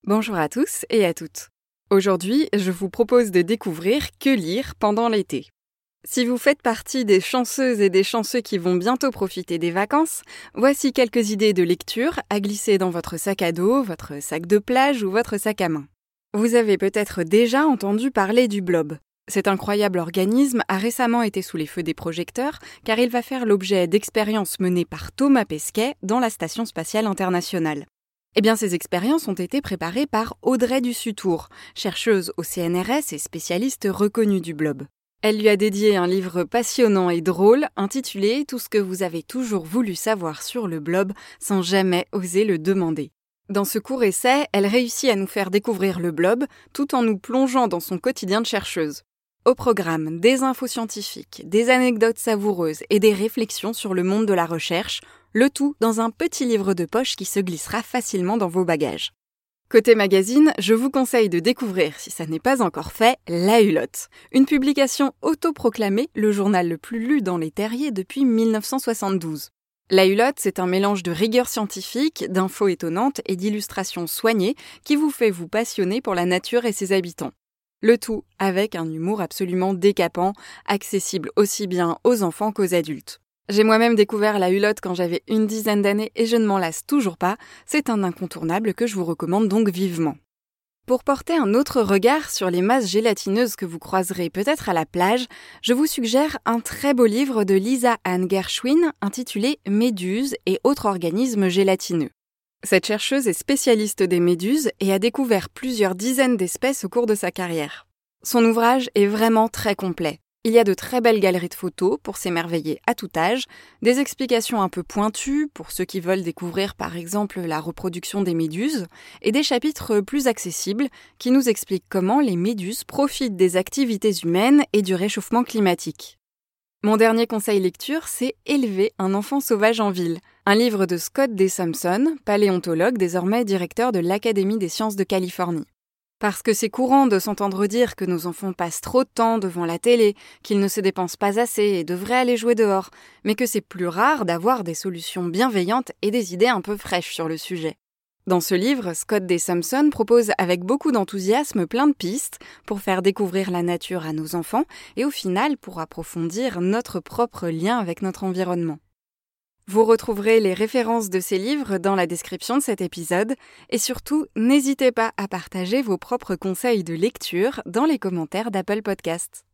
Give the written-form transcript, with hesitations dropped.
Bonjour à tous et à toutes. Aujourd'hui, je vous propose de découvrir Que lire pendant l'été. Si vous faites partie des chanceuses et des chanceux qui vont bientôt profiter des vacances, voici quelques idées de lecture à glisser dans votre sac à dos, votre sac de plage ou votre sac à main. Vous avez peut-être déjà entendu parler du Blob. Cet incroyable organisme a récemment été sous les feux des projecteurs car il va faire l'objet d'expériences menées par Thomas Pesquet dans la Station spatiale internationale. Eh bien, ces expériences ont été préparées par Audrey Dussutour, chercheuse au CNRS et spécialiste reconnue du Blob. Elle lui a dédié un livre passionnant et drôle intitulé « Tout ce que vous avez toujours voulu savoir sur le Blob sans jamais oser le demander ». Dans ce court essai, elle réussit à nous faire découvrir le Blob tout en nous plongeant dans son quotidien de chercheuse. Au programme, des infos scientifiques, des anecdotes savoureuses et des réflexions sur le monde de la recherche, le tout dans un petit livre de poche qui se glissera facilement dans vos bagages. Côté magazine, je vous conseille de découvrir, si ça n'est pas encore fait, La Hulotte, une publication autoproclamée, le journal le plus lu dans les terriers depuis 1972. La Hulotte, c'est un mélange de rigueur scientifique, d'infos étonnantes et d'illustrations soignées qui vous fait vous passionner pour la nature et ses habitants. Le tout avec un humour absolument décapant, accessible aussi bien aux enfants qu'aux adultes. J'ai moi-même découvert La Hulotte quand j'avais une dizaine d'années et je ne m'en lasse toujours pas. C'est un incontournable que je vous recommande donc vivement. Pour porter un autre regard sur les masses gélatineuses que vous croiserez peut-être à la plage, je vous suggère un très beau livre de Lisa Ann Gershwin intitulé « Méduses et autres organismes gélatineux ». Cette chercheuse est spécialiste des méduses et a découvert plusieurs dizaines d'espèces au cours de sa carrière. Son ouvrage est vraiment très complet. Il y a de très belles galeries de photos pour s'émerveiller à tout âge, des explications un peu pointues pour ceux qui veulent découvrir par exemple la reproduction des méduses, et des chapitres plus accessibles qui nous expliquent comment les méduses profitent des activités humaines et du réchauffement climatique. Mon dernier conseil lecture, c'est Élever un enfant sauvage en ville, un livre de Scott D. Sampson, paléontologue désormais directeur de l'Académie des sciences de Californie. Parce que c'est courant de s'entendre dire que nos enfants passent trop de temps devant la télé, qu'ils ne se dépensent pas assez et devraient aller jouer dehors, mais que c'est plus rare d'avoir des solutions bienveillantes et des idées un peu fraîches sur le sujet. Dans ce livre, Scott D. Sampson propose avec beaucoup d'enthousiasme plein de pistes pour faire découvrir la nature à nos enfants et au final pour approfondir notre propre lien avec notre environnement. Vous retrouverez les références de ces livres dans la description de cet épisode et surtout, n'hésitez pas à partager vos propres conseils de lecture dans les commentaires d'Apple Podcasts.